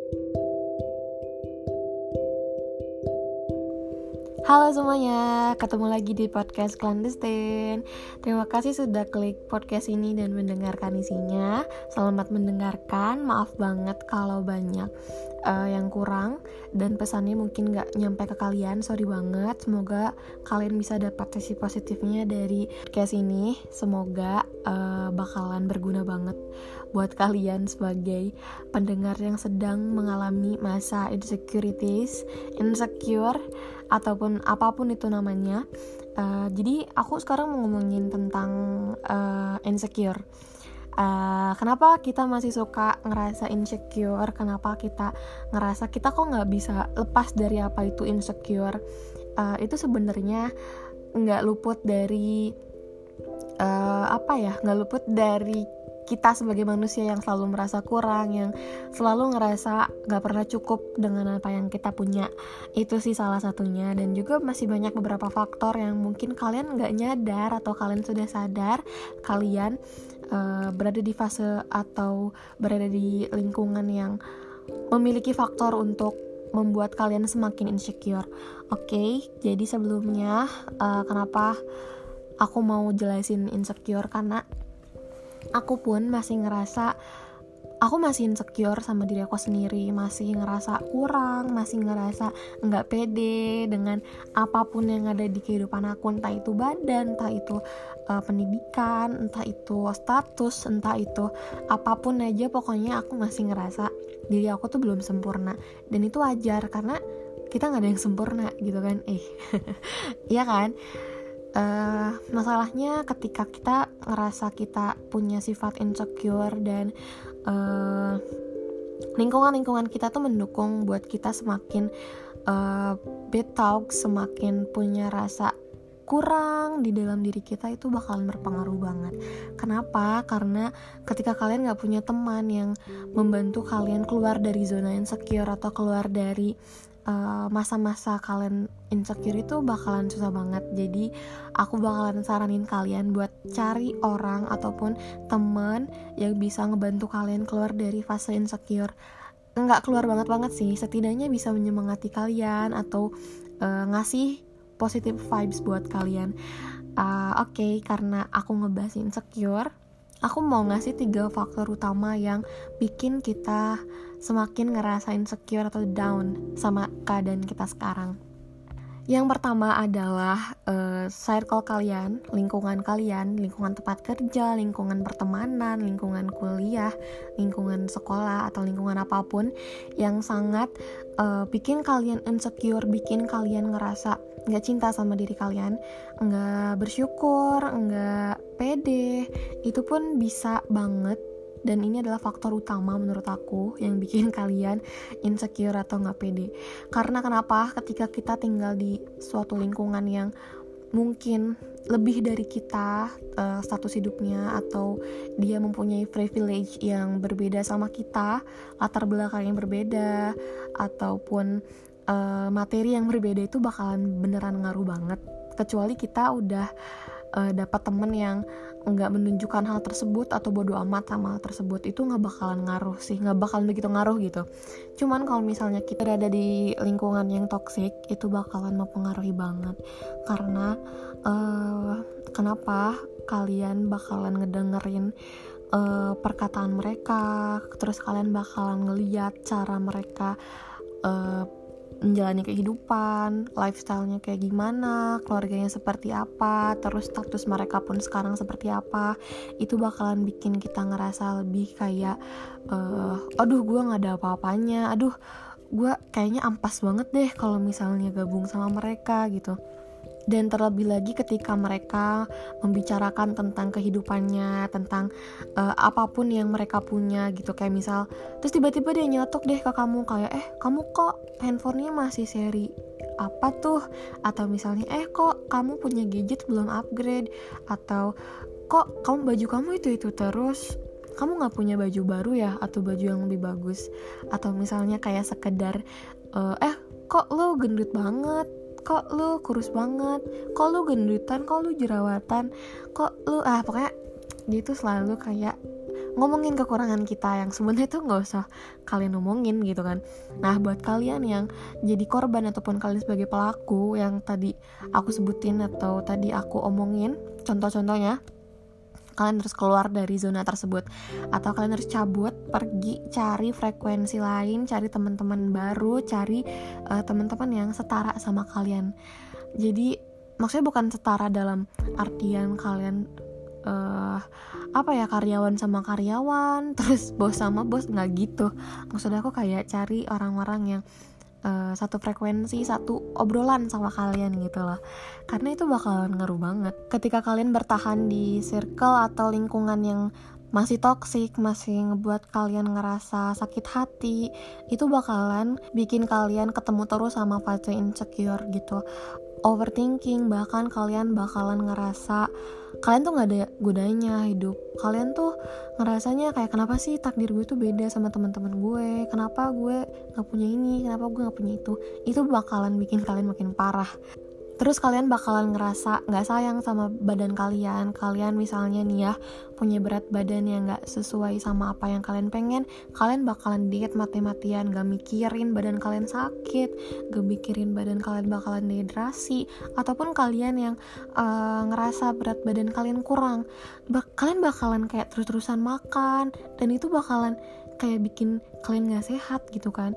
Halo semuanya, ketemu lagi di podcast Clandestine. Terima kasih sudah klik podcast ini dan mendengarkan isinya. Selamat mendengarkan, maaf banget kalau banyak yang kurang dan pesannya mungkin gak nyampe ke kalian, sorry banget. Semoga kalian bisa dapat sisi positifnya dari podcast ini. Semoga bakalan berguna banget buat kalian sebagai pendengar yang sedang mengalami masa insecure ataupun apapun itu namanya. Jadi aku sekarang mau ngomongin tentang insecure. Kenapa kita masih suka ngerasa insecure? Kenapa kita ngerasa kita kok nggak bisa lepas dari apa itu insecure? Itu sebenarnya nggak luput dari nggak luput dari kita sebagai manusia yang selalu merasa kurang, yang selalu ngerasa gak pernah cukup dengan apa yang kita punya. Itu sih salah satunya. Dan juga masih banyak beberapa faktor yang mungkin kalian gak nyadar atau kalian sudah sadar kalian berada di fase atau berada di lingkungan yang memiliki faktor untuk membuat kalian semakin insecure. Oke, jadi sebelumnya kenapa aku mau jelasin insecure, karena aku pun masih ngerasa aku masih insecure sama diri aku sendiri, masih ngerasa kurang, masih ngerasa nggak pede dengan apapun yang ada di kehidupan aku, entah itu badan, entah itu pendidikan, entah itu status, entah itu apapun aja, pokoknya aku masih ngerasa diri aku tuh belum sempurna. Dan itu wajar karena kita nggak ada yang sempurna gitu kan, iya kan? Masalahnya ketika kita ngerasa kita punya sifat insecure dan lingkungan kita tuh mendukung buat kita semakin bad talk, semakin punya rasa kurang di dalam diri kita, itu bakalan berpengaruh banget. Kenapa? Karena ketika kalian gak punya teman yang membantu kalian keluar dari zona insecure atau keluar dari masa-masa kalian insecure, itu bakalan susah banget. Jadi aku bakalan saranin kalian buat cari orang ataupun teman yang bisa ngebantu kalian keluar dari fase insecure. Nggak keluar banget sih, setidaknya bisa menyemangati kalian atau ngasih positive vibes buat kalian. Oke, karena aku ngebahas insecure, aku mau ngasih 3 faktor utama yang bikin kita semakin ngerasa insecure atau down sama keadaan kita sekarang. Yang pertama adalah circle kalian, lingkungan tempat kerja, lingkungan pertemanan, lingkungan kuliah, lingkungan sekolah, atau lingkungan apapun yang sangat bikin kalian insecure, bikin kalian ngerasa gak cinta sama diri kalian, gak bersyukur, gak pede. Itu pun bisa banget. Dan ini adalah faktor utama menurut aku yang bikin kalian insecure atau gak pede. Karena kenapa? Ketika kita tinggal di suatu lingkungan yang mungkin lebih dari kita status hidupnya, atau dia mempunyai privilege yang berbeda sama kita, latar belakang yang berbeda, ataupun materi yang berbeda, itu bakalan beneran ngaruh banget. Kecuali kita udah dapat temen yang nggak menunjukkan hal tersebut atau bodo amat sama hal tersebut, itu nggak bakalan ngaruh sih, nggak bakalan begitu ngaruh gitu. Cuman kalau misalnya kita berada di lingkungan yang toksik, itu bakalan mempengaruhi banget. Karena kenapa? Kalian bakalan ngedengerin perkataan mereka, terus kalian bakalan ngeliat cara mereka menjalani kehidupan, lifestyle-nya kayak gimana, keluarganya seperti apa, terus status mereka pun sekarang seperti apa. Itu bakalan bikin kita ngerasa lebih kayak aduh gue gak ada apa-apanya, aduh gue kayaknya ampas banget deh kalau misalnya gabung sama mereka gitu. Dan terlebih lagi ketika mereka membicarakan tentang kehidupannya, tentang apapun yang mereka punya gitu. Kayak misal, terus tiba-tiba dia nyelotok deh ke kamu kayak, kamu kok handphonenya masih seri apa tuh? Atau misalnya, kok kamu punya gadget belum upgrade? Atau kok baju kamu itu terus? Kamu gak punya baju baru ya? Atau baju yang lebih bagus? Atau misalnya kayak sekedar kok lu gendut banget? Kok lu kurus banget, kok lu gendutan, kok lu jerawatan, kok lu pokoknya dia tuh selalu kayak ngomongin kekurangan kita yang sebenarnya tuh nggak usah kalian ngomongin gitu kan. Nah, buat kalian yang jadi korban ataupun kalian sebagai pelaku yang tadi aku sebutin atau tadi aku omongin contoh-contohnya, kalian harus keluar dari zona tersebut, atau kalian harus cabut, pergi, cari frekuensi lain, cari teman-teman baru, cari teman-teman yang setara sama kalian. Jadi maksudnya bukan setara dalam artian kalian karyawan sama karyawan, terus bos sama bos, nggak gitu. Maksud aku kayak cari orang-orang yang satu frekuensi, satu obrolan sama kalian gitu loh. Karena itu bakalan ngaruh banget. Ketika kalian bertahan di circle atau lingkungan yang masih toksik, masih ngebuat kalian ngerasa sakit hati, itu bakalan bikin kalian ketemu terus sama fase insecure gitu, overthinking, bahkan kalian bakalan ngerasa kalian tuh gak ada gunanya hidup. Kalian tuh ngerasanya kayak, kenapa sih takdir gue tuh beda sama teman-teman gue, kenapa gue gak punya ini, kenapa gue gak punya itu. Itu bakalan bikin kalian makin parah. Terus kalian bakalan ngerasa gak sayang sama badan kalian. Kalian misalnya nih ya, punya berat badan yang gak sesuai sama apa yang kalian pengen, kalian bakalan diet mati-matian, gak mikirin badan kalian sakit, gak mikirin badan kalian bakalan dehidrasi. Ataupun kalian yang ngerasa berat badan kalian kurang, kalian bakalan kayak terus-terusan makan, dan itu bakalan kayak bikin kalian gak sehat gitu kan.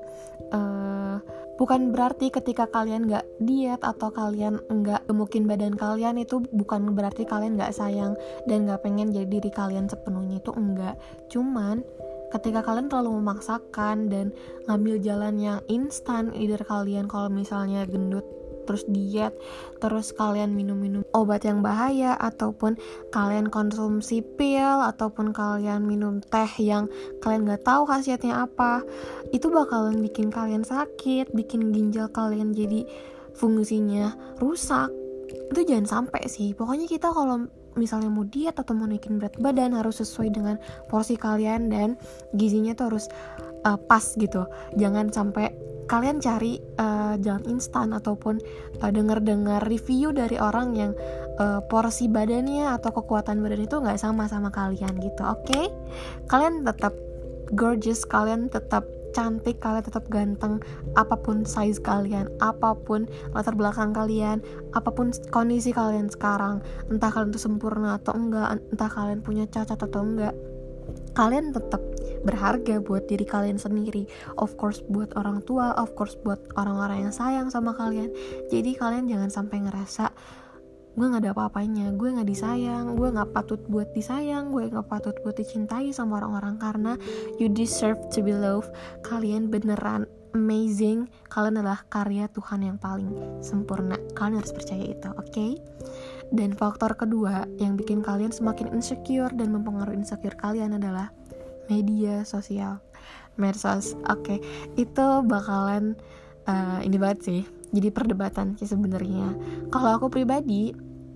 Bukan berarti ketika kalian gak diet atau kalian gak gemukin badan kalian, itu bukan berarti kalian gak sayang dan gak pengen jadi diri kalian sepenuhnya, itu enggak. Cuman ketika kalian terlalu memaksakan dan ngambil jalan yang instan, either kalian kalau misalnya gendut terus diet, terus kalian minum-minum obat yang bahaya, ataupun kalian konsumsi pil, ataupun kalian minum teh yang kalian gak tahu khasiatnya apa, itu bakalan bikin kalian sakit, bikin ginjal kalian jadi fungsinya rusak. Itu jangan sampai sih. Pokoknya kita kalau misalnya mau diet atau mau naikin berat badan harus sesuai dengan porsi kalian, dan gizinya tuh harus pas gitu. Jangan sampai kalian cari jalan instan ataupun dengar review dari orang yang porsi badannya atau kekuatan badan itu nggak sama kalian gitu. Oke? Kalian tetap gorgeous, kalian tetap cantik, kalian tetap ganteng, apapun size kalian, apapun latar belakang kalian, apapun kondisi kalian sekarang, entah kalian tuh sempurna atau enggak, entah kalian punya cacat atau enggak, kalian tetap berharga buat diri kalian sendiri. Of course buat orang tua, of course buat orang-orang yang sayang sama kalian. Jadi kalian jangan sampai ngerasa gue gak ada apa-apanya, gue gak disayang, gue gak patut buat disayang, gue gak patut buat dicintai sama orang-orang, karena you deserve to be loved. Kalian beneran amazing, kalian adalah karya Tuhan yang paling sempurna. Kalian harus percaya itu, oke? Dan faktor kedua yang bikin kalian semakin insecure dan mempengaruhi insecure kalian adalah media sosial, medsos. Oke, itu bakalan ini banget sih, jadi perdebatan sih sebenarnya. Kalau aku pribadi,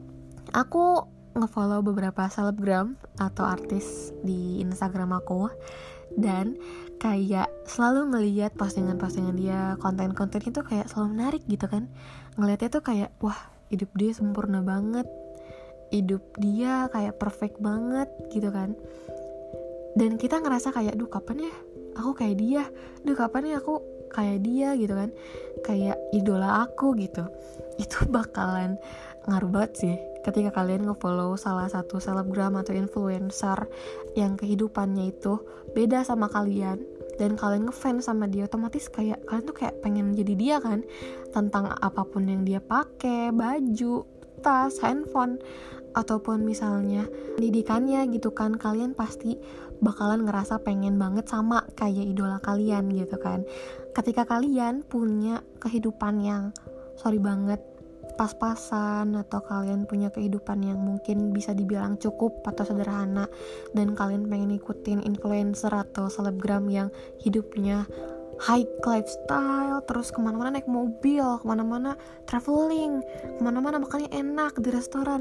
aku ngefollow beberapa selebgram atau artis di Instagram aku, dan kayak selalu ngelihat postingan-postingan dia, konten-konten itu kayak selalu menarik gitu kan. Ngelihatnya tuh kayak, wah, hidup dia sempurna banget, hidup dia kayak perfect banget gitu kan. Dan kita ngerasa kayak, duh kapan ya aku kayak dia, duh kapan ya aku kayak dia gitu kan, kayak idola aku gitu. Itu bakalan ngaruh banget sih ketika kalian ngefollow salah satu selebgram atau influencer yang kehidupannya itu beda sama kalian, dan kalian ngefans sama dia, otomatis kayak kalian tuh kayak pengen jadi dia kan. Tentang apapun yang dia pakai, baju, tas, handphone, ataupun misalnya pendidikannya gitu kan, kalian pasti bakalan ngerasa pengen banget sama kayak idola kalian gitu kan. Ketika kalian punya kehidupan yang sorry banget pas-pasan, atau kalian punya kehidupan yang mungkin bisa dibilang cukup atau sederhana, dan kalian pengen ikutin influencer atau selebgram yang hidupnya high lifestyle, terus kemana-mana naik mobil, kemana-mana traveling, kemana-mana makannya enak di restoran,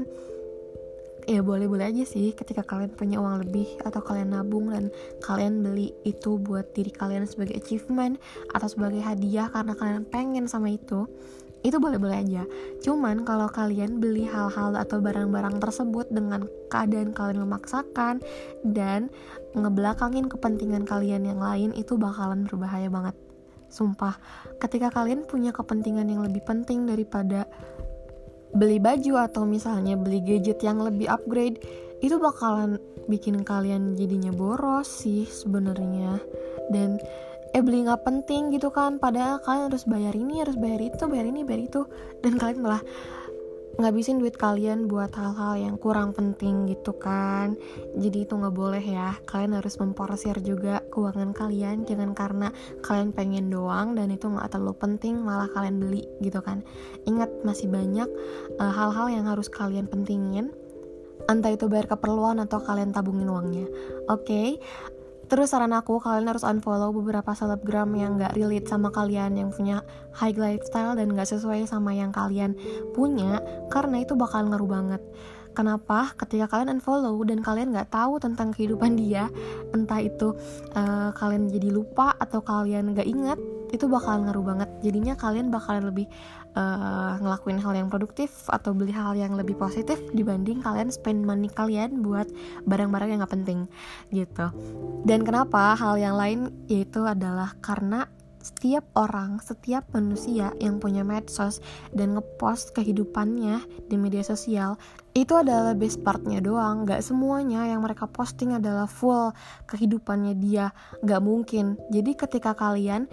ya boleh-boleh aja sih ketika kalian punya uang lebih atau kalian nabung dan kalian beli itu buat diri kalian sebagai achievement atau sebagai hadiah karena kalian pengen sama itu itu boleh-boleh aja. Cuman kalau kalian beli hal-hal atau barang-barang tersebut dengan keadaan kalian memaksakan dan ngebelakangin kepentingan kalian yang lain, itu bakalan berbahaya banget. Sumpah, ketika kalian punya kepentingan yang lebih penting daripada beli baju atau misalnya beli gadget yang lebih upgrade, itu bakalan bikin kalian jadinya boros sih sebenarnya. Dan beli nggak penting gitu kan, padahal kalian harus bayar ini, harus bayar itu, bayar ini, bayar itu, dan kalian malah ngabisin duit kalian buat hal-hal yang kurang penting gitu kan. Jadi itu nggak boleh ya. Kalian harus memporsir juga keuangan kalian, jangan karena kalian pengen doang dan itu nggak terlalu penting malah kalian beli gitu kan. Ingat, masih banyak hal-hal yang harus kalian pentingin, entah itu bayar keperluan atau kalian tabungin uangnya. Oke? Terus saran aku, kalian harus unfollow beberapa selebgram yang gak relate sama kalian, yang punya high lifestyle dan gak sesuai sama yang kalian punya, karena itu bakal ngaruh banget. Kenapa? Ketika kalian unfollow dan kalian gak tahu tentang kehidupan dia, entah itu kalian jadi lupa atau kalian gak ingat, itu bakal ngaruh banget. Jadinya kalian bakalan lebih ngelakuin hal yang produktif atau beli hal yang lebih positif dibanding kalian spend money kalian buat barang-barang yang gak penting gitu. Dan kenapa hal yang lain, yaitu adalah karena setiap orang, setiap manusia yang punya medsos dan ngepost kehidupannya di media sosial, itu adalah best partnya doang. Gak semuanya yang mereka posting adalah full kehidupannya dia, gak mungkin. Jadi ketika kalian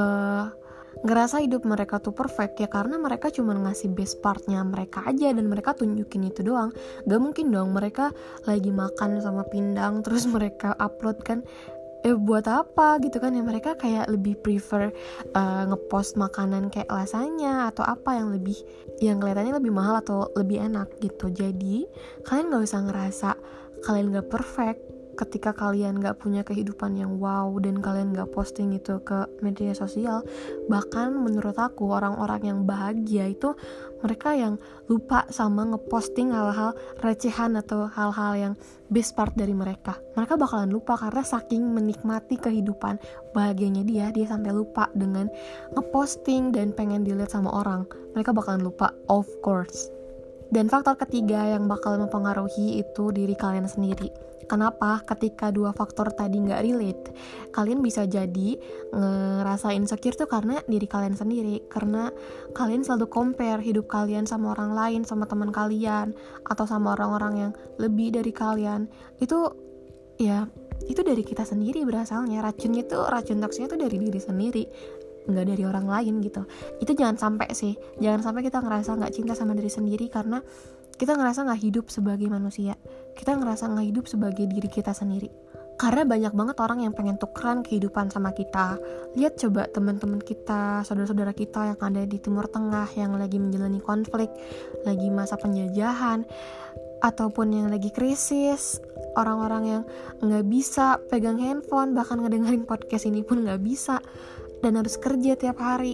ngerasa hidup mereka tuh perfect, ya karena mereka cuma ngasih best partnya mereka aja dan mereka tunjukin itu doang. Gak mungkin dong mereka lagi makan sama pindang terus mereka upload kan. Buat apa gitu kan ya. Mereka kayak lebih prefer ngepost makanan kayak lasanya atau apa yang lebih, yang kelihatannya lebih mahal atau lebih enak gitu. Jadi kalian gak usah ngerasa kalian gak perfect ketika kalian gak punya kehidupan yang wow dan kalian gak posting itu ke media sosial. Bahkan menurut aku, orang-orang yang bahagia itu mereka yang lupa sama ngeposting hal-hal recehan atau hal-hal yang best part dari mereka. Mereka bakalan lupa karena saking menikmati kehidupan bahagianya dia sampai lupa dengan ngeposting dan pengen dilihat sama orang. Mereka bakalan lupa, of course. Dan faktor ketiga yang bakal mempengaruhi itu diri kalian sendiri. Kenapa? Ketika dua faktor tadi nggak relate, kalian bisa jadi ngerasa insecure tuh karena diri kalian sendiri. Karena kalian selalu compare hidup kalian sama orang lain, sama teman kalian, atau sama orang-orang yang lebih dari kalian. Itu ya, itu dari kita sendiri berasalnya. Racun toksiknya tuh dari diri sendiri, nggak dari orang lain gitu. Itu jangan sampai kita ngerasa nggak cinta sama diri sendiri karena kita ngerasa nggak hidup sebagai manusia, kita ngerasa nggak hidup sebagai diri kita sendiri. Karena banyak banget orang yang pengen tukeran kehidupan sama kita. Lihat coba teman-teman kita, saudara-saudara kita yang ada di Timur Tengah yang lagi menjalani konflik, lagi masa penjajahan, ataupun yang lagi krisis, orang-orang yang nggak bisa pegang handphone, bahkan ngedengerin podcast ini pun nggak bisa, dan harus kerja tiap hari.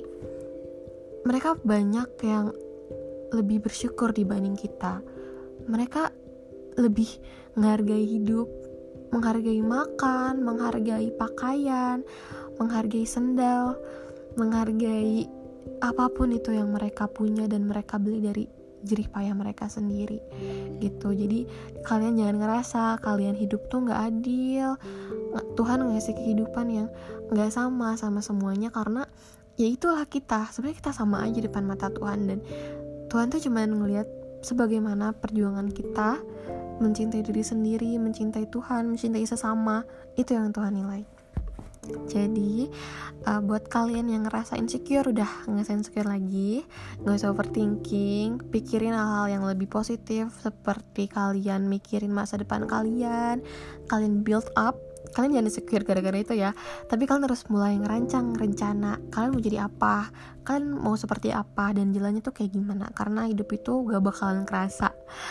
Mereka banyak yang lebih bersyukur dibanding kita. Mereka lebih menghargai hidup, menghargai makan, menghargai pakaian, menghargai sendal, menghargai apapun itu yang mereka punya dan mereka beli dari jerih payah mereka sendiri gitu. Jadi kalian jangan ngerasa kalian hidup tuh gak adil. Tuhan ngasih kehidupan yang gak sama semuanya, karena ya itulah kita. Sebenarnya kita sama aja depan mata Tuhan, dan Tuhan tuh cuma ngelihat sebagaimana perjuangan kita mencintai diri sendiri, mencintai Tuhan, mencintai sesama. Itu yang Tuhan nilai. Jadi buat kalian yang ngerasa insecure, udah gak insecure lagi, gak usah overthinking. Pikirin hal-hal yang lebih positif, seperti kalian mikirin masa depan kalian build up. Kalian jangan insecure gara-gara itu ya, tapi kalian harus mulai ngerancang rencana kalian mau jadi apa, kalian mau seperti apa, dan jalannya tuh kayak gimana. Karena hidup itu gak bakalan kerasa.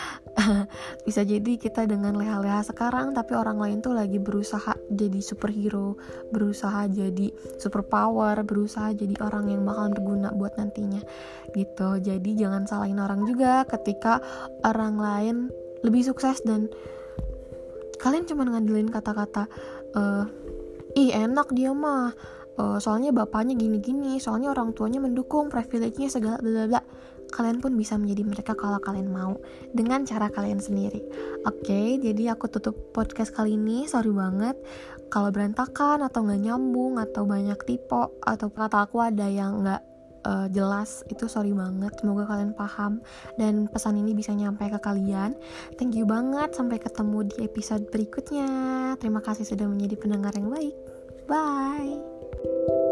Bisa jadi kita dengan leha-leha sekarang, tapi orang lain tuh lagi berusaha jadi superhero, berusaha jadi superpower, berusaha jadi orang yang bakalan berguna buat nantinya gitu. Jadi jangan salahin orang juga ketika orang lain lebih sukses dan kalian cuma ngandelin kata-kata ih enak dia mah, soalnya bapaknya gini-gini, soalnya orang tuanya mendukung, privilege-nya segala bla bla bla. Kalian pun bisa menjadi mereka kalau kalian mau, dengan cara kalian sendiri. Oke, jadi aku tutup podcast kali ini. Sorry banget kalau berantakan atau nggak nyambung atau banyak typo atau kata aku ada yang nggak jelas, itu sorry banget. Semoga kalian paham dan pesan ini bisa nyampe ke kalian. Thank you banget, sampai ketemu di episode berikutnya. Terima kasih sudah menjadi pendengar yang baik. Bye.